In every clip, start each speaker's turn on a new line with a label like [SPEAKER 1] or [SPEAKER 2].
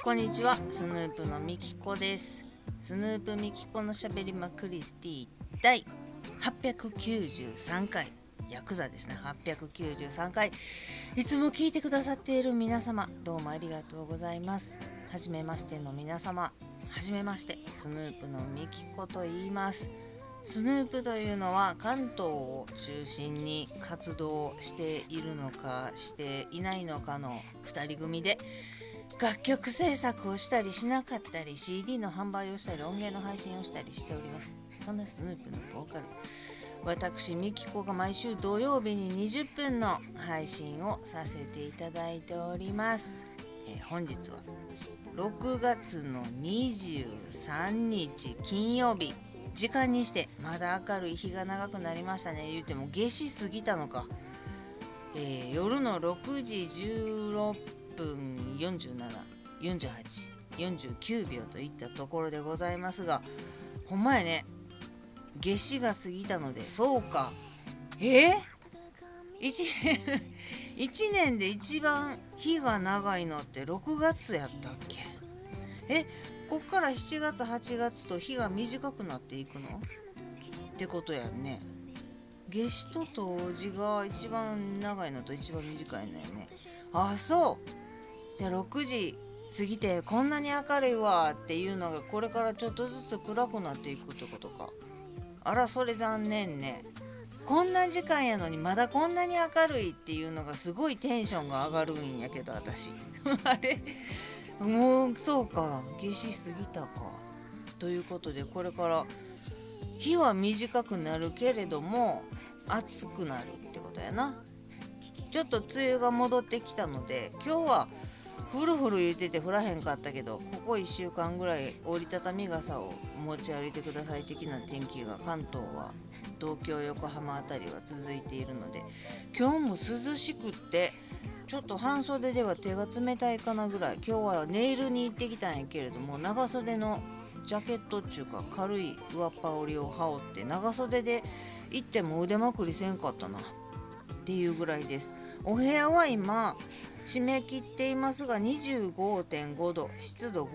[SPEAKER 1] こんにちは、スヌープのみきこです。スヌープみきこのしゃべりまクリスティ第893回、ヤクザですね。893回、いつも聞いてくださっている皆様、どうもありがとうございます。はじめましての皆様、はじめまして。スヌープのみきこと言います。スヌープというのは関東を中心に活動しているのかしていないのかの2人組で、楽曲制作をしたりしなかったり CD の販売をしたり音源の配信をしたりしております。そんなスヌープのボーカル、私みきこが毎週土曜日に20分の配信をさせていただいております。本日は6月の23日金曜日、時間にしてまだ明るい日が長くなりましたね。言うても夏至過ぎたのか。夜の6時16分47、48、49秒といったところでございますが、ほんまやね、夏至が過ぎたので、そうか、1年で一番日が長いのって6月やったっけ？こっから7月8月と日が短くなっていくのってことやんね。夏至と冬至が一番長いのと一番短いのよね。あ、そう。じゃあ6時過ぎてこんなに明るいわっていうのがこれからちょっとずつ暗くなっていくってことか。あら、それ残念ね。こんな時間やのにまだこんなに明るいっていうのがすごいテンションが上がるんやけど、私あれ、もうそうか、夏至過ぎたか。ということで、これから日は短くなるけれども暑くなるってことやな。ちょっと梅雨が戻ってきたので、今日はふるふる言ってて降らへんかったけど、ここ1週間ぐらい折りたたみ傘を持ち歩いてください的な天気が関東は、東京横浜あたりは続いているので、今日も涼しくって、ちょっと半袖では手が冷たいかなぐらい。今日はネイルに行ってきたんやけれども、長袖のジャケットっていうか軽い上っ羽織を羽織って長袖で行っても腕まくりせんかったなっていうぐらいです。お部屋は今締め切っていますが 25.5 度、湿度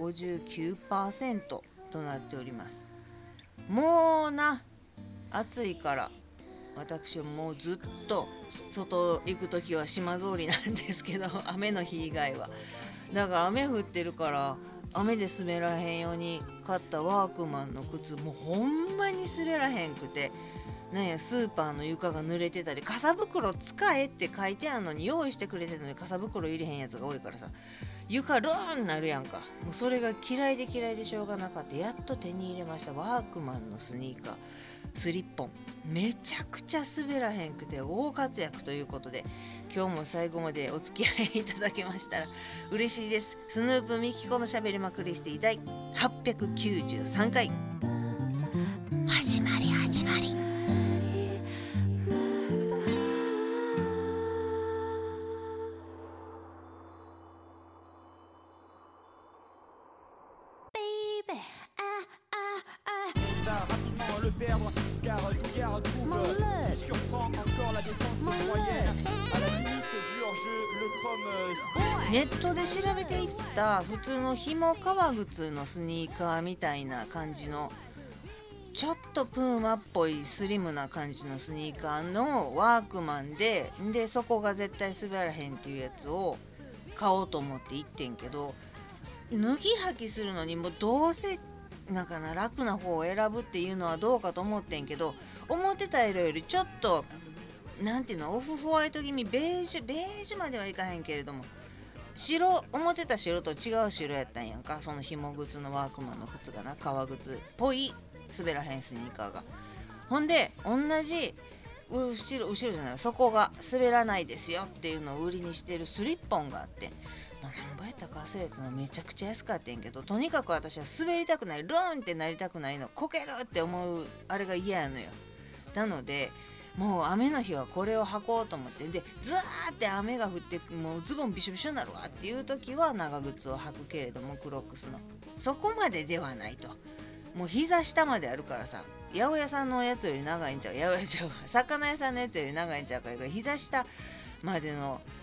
[SPEAKER 1] 59% となっております。もうな、暑いから私はもうずっと外行くときは島ぞうりなんですけど、雨の日以外は。だから雨降ってるから雨で滑らへんように買ったワークマンの靴、もうほんまに滑らへんくて、なんやスーパーの床が濡れてたり、傘袋使えって書いてあるのに用意してくれてるのに傘袋入れへんやつが多いからさ、床ルーンなるやんか。もうそれが嫌いでしょうがなかった。やっと手に入れましたワークマンのスニーカー、スリッポン。めちゃくちゃ滑らへんくて大活躍ということで、今日も最後までお付き合いいただけましたら嬉しいです。スヌープみきこのしゃべりまクリスティ第893回、始まり。ネットで調べていった普通の紐革靴のスニーカーみたいな感じの、ちょっとプーマっぽいスリムな感じのスニーカーのワークマンで、そこが絶対滑らへんっていうやつを買おうと思って行ってんけど、脱ぎ履きするのにもどうせなんかな、楽な方を選ぶっていうのはどうかと思ってんけど、思ってた色よりちょっとなんていうの、オフホワイト気味、ベージュまではいかへんけれども、思ってた白と違う白やったんやんか。その紐靴のワークマンの靴がな、革靴っぽい滑らへんスニーカーが。ほんで同じ後ろじゃない、そこが滑らないですよっていうのを売りにしてるスリッポンがあって、何倍やったか忘れたの、めちゃくちゃ安かったんやけど、とにかく私は滑りたくない、ルーンってなりたくないの、こけるって思うあれが嫌やのよ。なのでもう雨の日はこれを履こうと思って、でずーって雨が降ってもうズボンびしょびしょになるわっていう時は長靴を履くけれども、クロックスのそこまでではないと。もう膝下まであるからさ、八百屋さんのやつより長いんちゃう、八百屋ちゃう、魚屋さんのやつより長いんちゃうから、膝下までの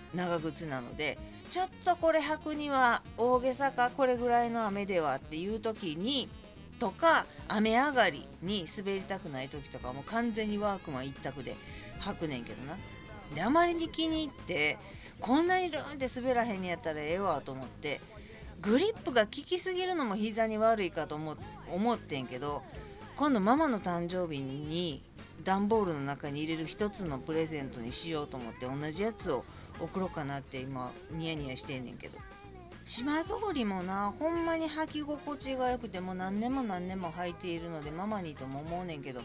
[SPEAKER 1] 長靴なので、ちょっとこれ履くには大げさか、これぐらいの雨ではっていう時にとか、雨上がりに滑りたくない時とかも完全にワークマン一択で履くねんけどな。であまりに気に入ってこんなにルーンって滑らへんにやったらええわと思って、グリップが効きすぎるのも膝に悪いかと思ってんけど、今度ママの誕生日に段ボールの中に入れる一つのプレゼントにしようと思って同じやつを送ろうかなって今ニヤニヤしてんねんけど、島ぞうりもな、ほんまに履き心地が良くてもう何年も履いているのでママにとも思うねんけど、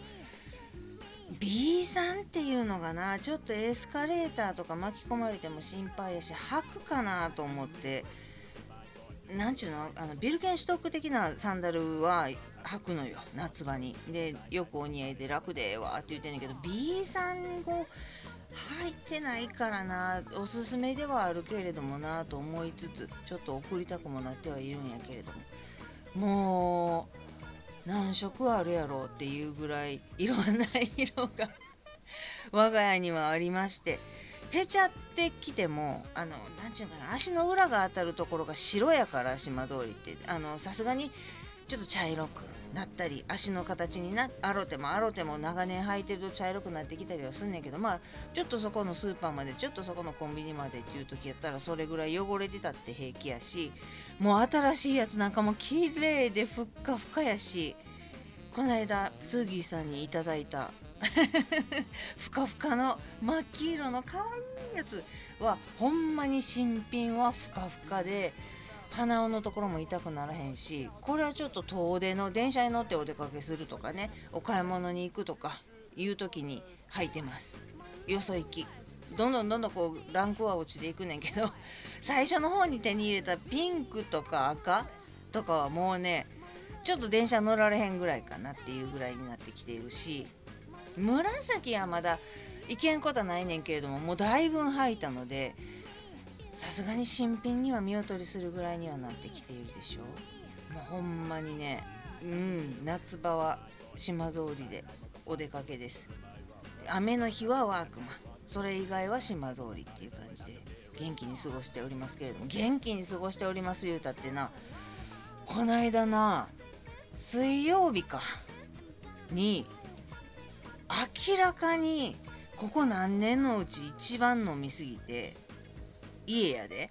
[SPEAKER 1] B さんっていうのがな、ちょっとエスカレーターとか巻き込まれても心配やし、履くかなと思って、なんちゅうの、ビルケンシュトック的なサンダルは履くのよ、夏場に。でよくお似合いで楽でええわって言ってんねんけど、 B さんを履いてないからな、おすすめではあるけれどもなと思いつつ、ちょっと送りたくもなってはいるんやけれども、もう何色あるやろうっていうぐらいいろんな色が我が家にはありまして、へちゃってきてもなんちゅうかな、足の裏が当たるところが白やから、島通りってさすがにちょっと茶色くなったり、足の形にアロテも長年履いてると茶色くなってきたりはすんねんけど、まあちょっとそこのスーパーまで、ちょっとそこのコンビニまでっていう時やったらそれぐらい汚れてたって平気やし、もう新しいやつなんかも綺麗でふっかふかやし、この間スーギーさんにいただいたふかふかの真っ黄色の可愛いやつはほんまに新品はふかふかで、鼻緒のところも痛くならへんし、これはちょっと遠出の電車に乗ってお出かけするとかね、お買い物に行くとかいう時に履いてます。よそ行きどんどんこうランクは落ちていくねんけど、最初の方に手に入れたピンクとか赤とかはもうね、ちょっと電車乗られへんぐらいかなっていうぐらいになってきているし、紫はまだいけんことはないねんけれども、もうだいぶ履いたので、さすがに新品には見劣りするぐらいにはなってきているでしょ。もうほんまにね、夏場は島ぞうりでお出かけです。雨の日はワークマン、それ以外は島ぞうりっていう感じで元気に過ごしておりますけれども、元気に過ごしております言うたってな、こないだな、水曜日かに明らかにここ何年のうち一番飲みすぎて、家やで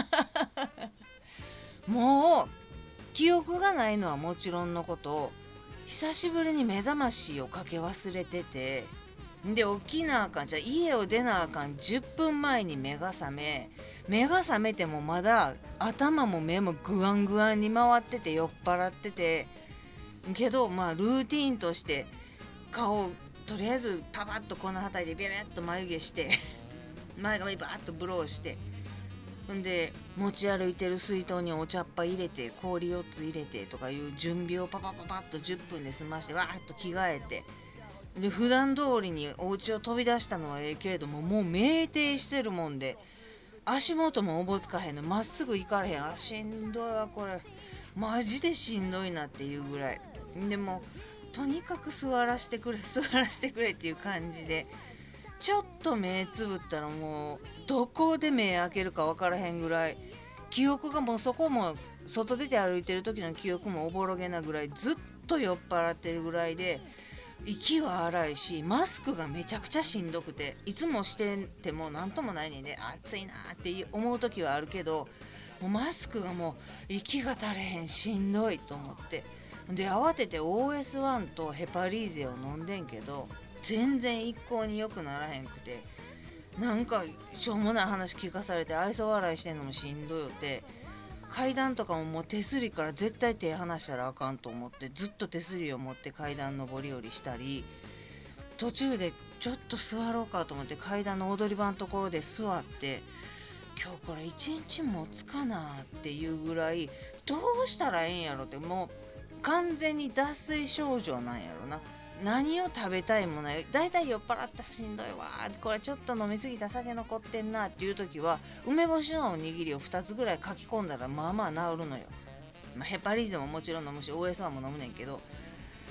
[SPEAKER 1] もう記憶がないのはもちろんのこと、久しぶりに目覚ましをかけ忘れてて、で起きなあかん、じゃあ家を出なあかん10分前に目が覚めてもまだ頭も目もグワングワンに回ってて酔っ払ってて、けどまあルーティーンとして顔とりあえずパパッとこの辺りでビャビャッと眉毛して前髪バーッとブローして、んで持ち歩いてる水筒にお茶っ葉入れて氷4つ入れてとかいう準備をパパッと10分で済ましてわーっと着替えて、で普段通りにお家を飛び出したのはええけれども、もう酩酊してるもんで足元もおぼつかへんの、まっすぐ行かれへん、しんどいわこれ、マジでしんどいなっていうぐらいで、もとにかく座らせてくれっていう感じで、ちょっと目つぶったらもうどこで目開けるか分からへんぐらい、記憶がもうそこも外出て歩いてる時の記憶もおぼろげなぐらいずっと酔っ払ってるぐらいで、息は荒いしマスクがめちゃくちゃしんどくて、いつもしててもなんともないねんで、暑いなって思う時はあるけど、もうマスクがもう息が足れへん、しんどいと思って、で慌てて OS1 とヘパリーゼを飲んでんけど全然一向に良くならへんくて、なんかしょうもない話聞かされて愛想笑いしてんのもしんどいよって、階段とかももう手すりから絶対手離したらあかんと思ってずっと手すりを持って階段上り下りしたり、途中でちょっと座ろうかと思って階段の踊り場のところで座って、今日これ一日持つかなっていうぐらいどうしたらええんやろって、もう完全に脱水症状なんやろな。何を食べたいもない、だいたい酔っ払ったしんどいわ、これちょっと飲みすぎた酒残ってんなっていう時は梅干しのおにぎりを2つぐらい書き込んだらまあまあ治るのよ。ヘパリーゼももちろん飲むし OS1 も飲むねんけど、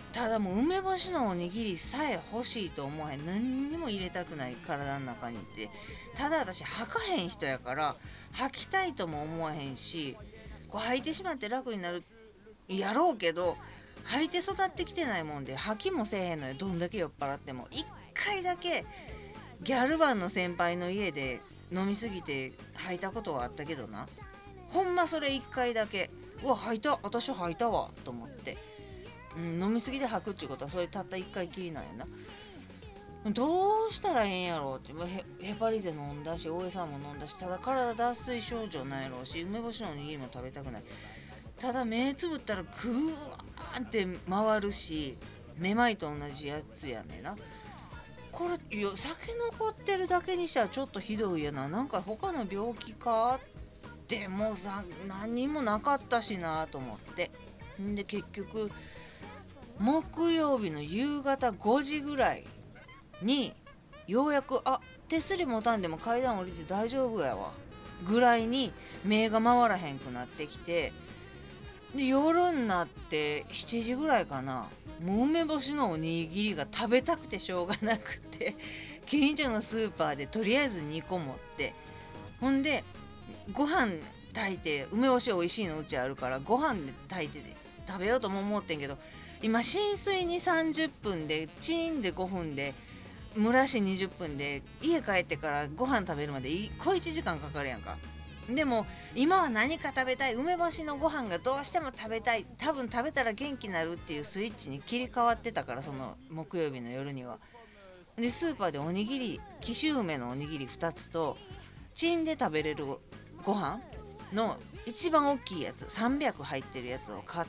[SPEAKER 1] ただもう梅干しのおにぎりさえ欲しいと思わへん。何にも入れたくない体の中にって。ただ私吐かへん人やから吐きたいとも思わへんし、こう吐いてしまって楽になるやろうけど、吐いて育ってきてないもんで吐きもせえへんのよ。どんだけ酔っ払っても。一回だけギャルバンの先輩の家で飲みすぎて吐いたことはあったけどな。ほんまそれ一回だけ。うわ吐いた、私吐いたわと思って、飲みすぎで吐くっていうことはそれたった一回きりなんやな。どうしたらええんやろうって。ヘパリゼ飲んだし大江さんも飲んだし、ただ体脱水症状なんやろうし、梅干しのおにぎりも食べたくない。ただ目つぶったらグワーンって回るし、めまいと同じやつやねんな。これ酒残ってるだけにしてはちょっとひどいやな。なんか他の病気かってもさ何もなかったしなと思って。んで結局木曜日の夕方5時ぐらいにようやく手すり持たんでも階段降りて大丈夫やわぐらいに目が回らへんくなってきて、で夜になって7時ぐらいかな、もう梅干しのおにぎりが食べたくてしょうがなくて近所のスーパーでとりあえず2個持って、ほんでご飯炊いて、梅干し美味しいのうちあるからご飯で炊いて食べようとも思ってんけど、今浸水に30分でチーンで5分で蒸らし20分で家帰ってからご飯食べるまで小1時間かかるやんか。でも今は何か食べたい、梅干しのご飯がどうしても食べたい、多分食べたら元気になるっていうスイッチに切り替わってたから、その木曜日の夜には。でスーパーでおにぎり、紀州梅のおにぎり2つとチンで食べれるご飯の一番大きいやつ300入ってるやつを買って、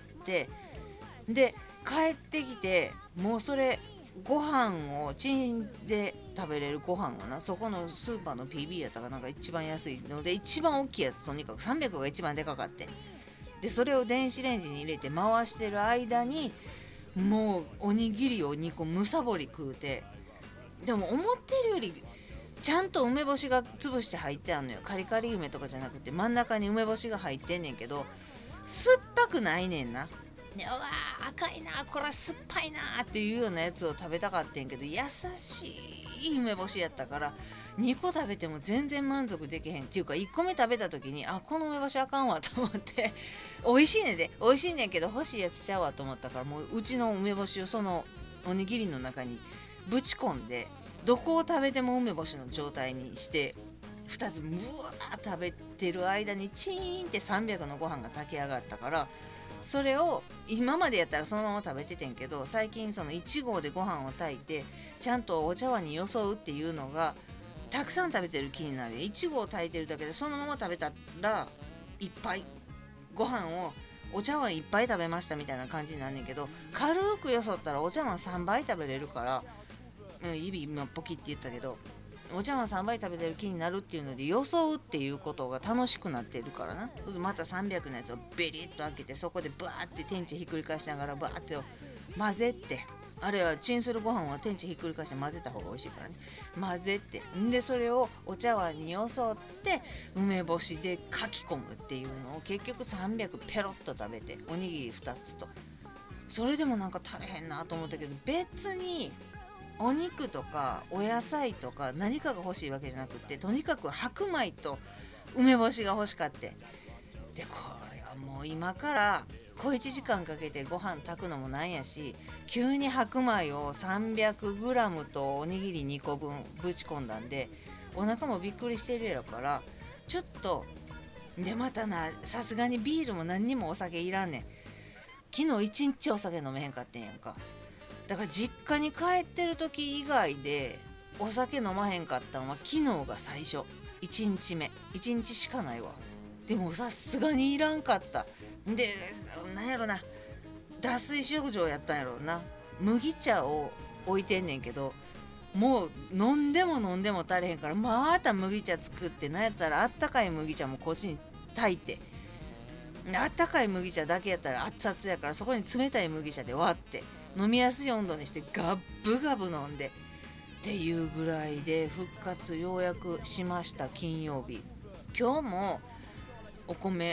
[SPEAKER 1] で帰ってきて、もうそれご飯をチンで食べれるご飯をな、そこのスーパーの PB やったかなんか一番安いので一番大きいやつ、とにかく300が一番でかかって、でそれを電子レンジに入れて回してる間にもうおにぎりを2個むさぼり食うて、でも思ってるよりちゃんと梅干しが潰して入ってあんのよ。カリカリ梅とかじゃなくて真ん中に梅干しが入ってんねんけど、酸っぱくないねんな。うわー赤いな、これ酸っぱいなっていうようなやつを食べたかってんけど、優しい梅干しやったから2個食べても全然満足できへんっていうか、1個目食べた時にこの梅干しあかんわと思って美味しいねんで、美味しいねんけど欲しいやつちゃうわと思ったから、もううちの梅干しをそのおにぎりの中にぶち込んで、どこを食べても梅干しの状態にして2つブワー食べてる間にチーンって300のご飯が炊き上がったから、それを今までやったらそのまま食べててんけど、最近その1合でご飯を炊いてちゃんとお茶碗によそうっていうのがたくさん食べてる気になる。1合炊いてるだけでそのまま食べたらいっぱいご飯をお茶碗いっぱい食べましたみたいな感じになんねんけど、軽くよそったらお茶碗3倍食べれるから、指今ポキって言ったけど、お茶碗3倍食べてる気になるっていうのでよそうっていうことが楽しくなってるからな。また300のやつをベリッと開けて、そこでバーって天地ひっくり返しながらバーって混ぜて、あれはチンするご飯は天地ひっくり返して混ぜた方が美味しいからね。混ぜて、んでそれをお茶碗によそって梅干しでかき込むっていうのを結局300ペロッと食べて、おにぎり2つと、それでもなんか足りへんなと思ったけど、別にお肉とかお野菜とか何かが欲しいわけじゃなくて、とにかく白米と梅干しが欲しかって、でこれはもう今から小1時間かけてご飯炊くのもなんやし、急に白米を 300g とおにぎり2個分ぶち込んだんでお腹もびっくりしてるやろから、ちょっとでまたな、さすがにビールも何にもお酒いらんねん。昨日一日お酒飲めへんかってんやんか。だから実家に帰ってる時以外でお酒飲まへんかったのは昨日が最初、1日目1日しかないわ。でもさすがにいらんかったで、なんやろな、脱水症状やったんやろな。麦茶を置いてんねんけど、もう飲んでも飲んでも足りへんから、また麦茶作って、なんやったらあったかい麦茶もこっちに炊いて、あったかい麦茶だけやったら熱々やから、そこに冷たい麦茶で割って飲みやすい温度にしてガッブガブ飲んでっていうぐらいで復活ようやくしました。金曜日今日もお米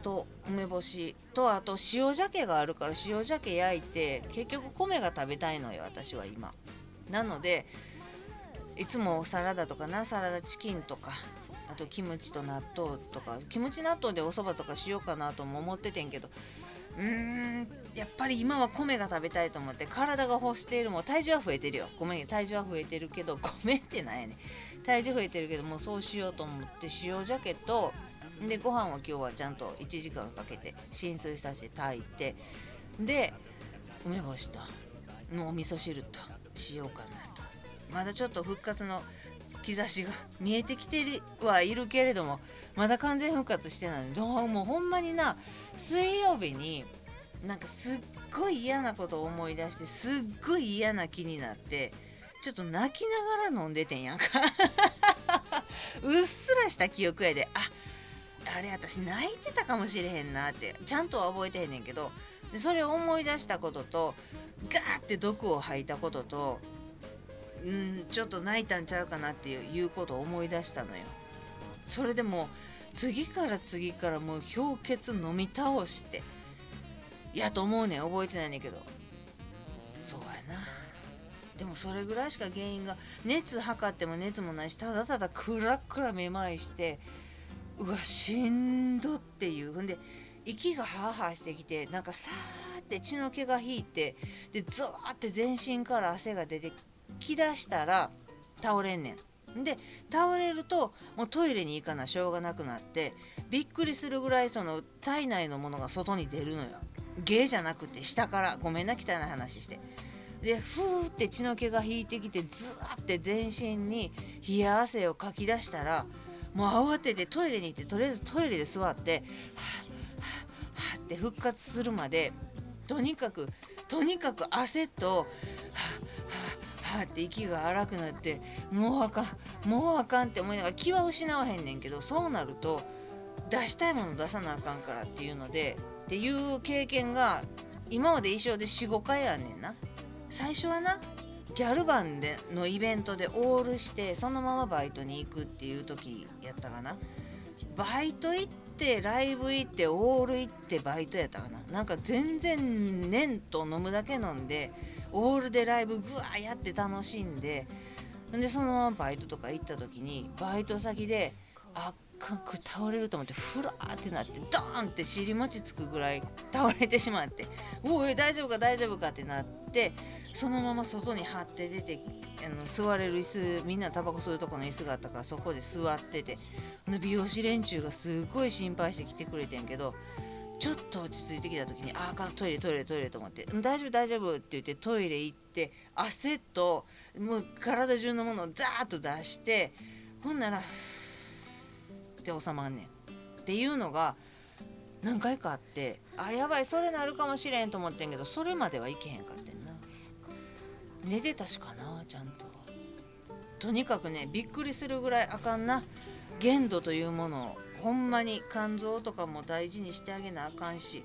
[SPEAKER 1] と梅干しとあと塩鮭があるから、塩鮭焼いて、結局米が食べたいのよ私は今。なのでいつもサラダとかな、サラダチキンとか、あとキムチと納豆とか、キムチ納豆でお蕎麦とかしようかなとも思っててんけど、やっぱり今は米が食べたいと思って、体が欲している、もう体重は増えてるよ、ごめん、体重は増えてるけど、米ってなんやねん、体重増えてるけど、もうそうしようと思って塩鮭とでご飯は今日はちゃんと1時間かけて浸水させて炊いて、で梅干しともうお味噌汁としようかなと。まだちょっと復活の兆しが見えてきてはいるけれども、まだ完全復活してないので、もうほんまにな、水曜日になんかすっごい嫌なことを思い出して、すっごい嫌な気になって、ちょっと泣きながら飲んでてんやんかうっすらした記憶やで、あれ私泣いてたかもしれへんなってちゃんとは覚えてへんねんけど、でそれを思い出したことと、ガーって毒を吐いたことと、ちょっと泣いたんちゃうかなっていうことを思い出したのよ。それでもう次から次からもう氷結飲み倒してやと思うねん、覚えてないねんけど、そうやな。でもそれぐらいしか原因が、熱測っても熱もないし、ただただクラクラめまいして、うわしんどっていう。ほんで息がハーハーしてきて、なんかさーって血の気が引いて、でゾワーって全身から汗が出てきだしたら倒れんねん。で倒れるともうトイレに行かなしょうがなくなって、びっくりするぐらいその体内のものが外に出るのよ。芸じゃなくて下から、ごめんな汚い話して、でふーって血の気が引いてきて、ズワーって全身に冷や汗をかき出したら、もう慌ててトイレに行って、とりあえずトイレで座って、はぁはぁはぁって復活するまで、とにかく汗とはぁはぁはぁって息が荒くなって、もうあかんって思いながら、気は失わへんねんけど、そうなると出したいもの出さなあかんからっていうのでっていう経験が今まで一生で 4,5 回あんねんな。最初はな、ギャルバンでのイベントでオールしてそのままバイトに行くっていう時やったかな。バイト行ってライブ行ってオール行ってバイトやったかな。なんか全然年と飲むだけ飲んでオールでライブぐわーやって楽しんで、でそのままバイトとか行った時に、バイト先でこれ倒れると思ってフラーってなって、ドーンって尻餅つくぐらい倒れてしまって、おい大丈夫かってなって、そのまま外に張って出て、座れる椅子、みんなタバコ吸うとこの椅子があったから、そこで座ってて、美容師連中がすごい心配して来てくれてんけど、ちょっと落ち着いてきた時に、トイレと思って、大丈夫って言ってトイレ行って、汗ともう体中のものをザーッと出して、ほんならって収まんねんっていうのが何回かあって、やばいそれなるかもしれんと思ってんけど、それまではいけへんかってんな。寝てたしかな、ちゃんと。とにかくね、びっくりするぐらいあかんな、限度というものを。ほんまに肝臓とかも大事にしてあげなあかんし、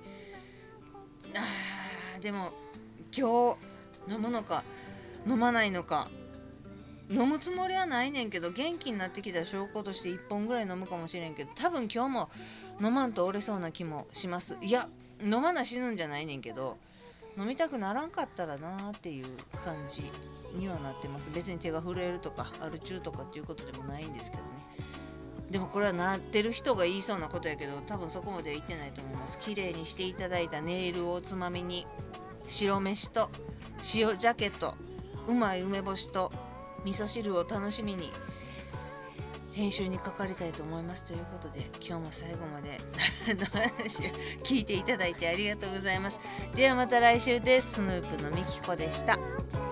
[SPEAKER 1] でも今日飲むのか飲まないのか、飲むつもりはないねんけど、元気になってきた証拠として1本ぐらい飲むかもしれんけど、多分今日も飲まんと折れそうな気もします。いや飲まな死ぬんじゃないねんけど、飲みたくならんかったらなーっていう感じにはなってます。別に手が震えるとかアル中とかっていうことでもないんですけどね。でもこれはなってる人が言いそうなことやけど、多分そこまでは言ってないと思います。綺麗にしていただいたネイルをおつまみに、白飯と塩鮭とうまい梅干しと味噌汁を楽しみに編集にかかりたいと思いますということで、今日も最後までの話を聞いていただいてありがとうございます。ではまた来週です。スヌープのみきこでした。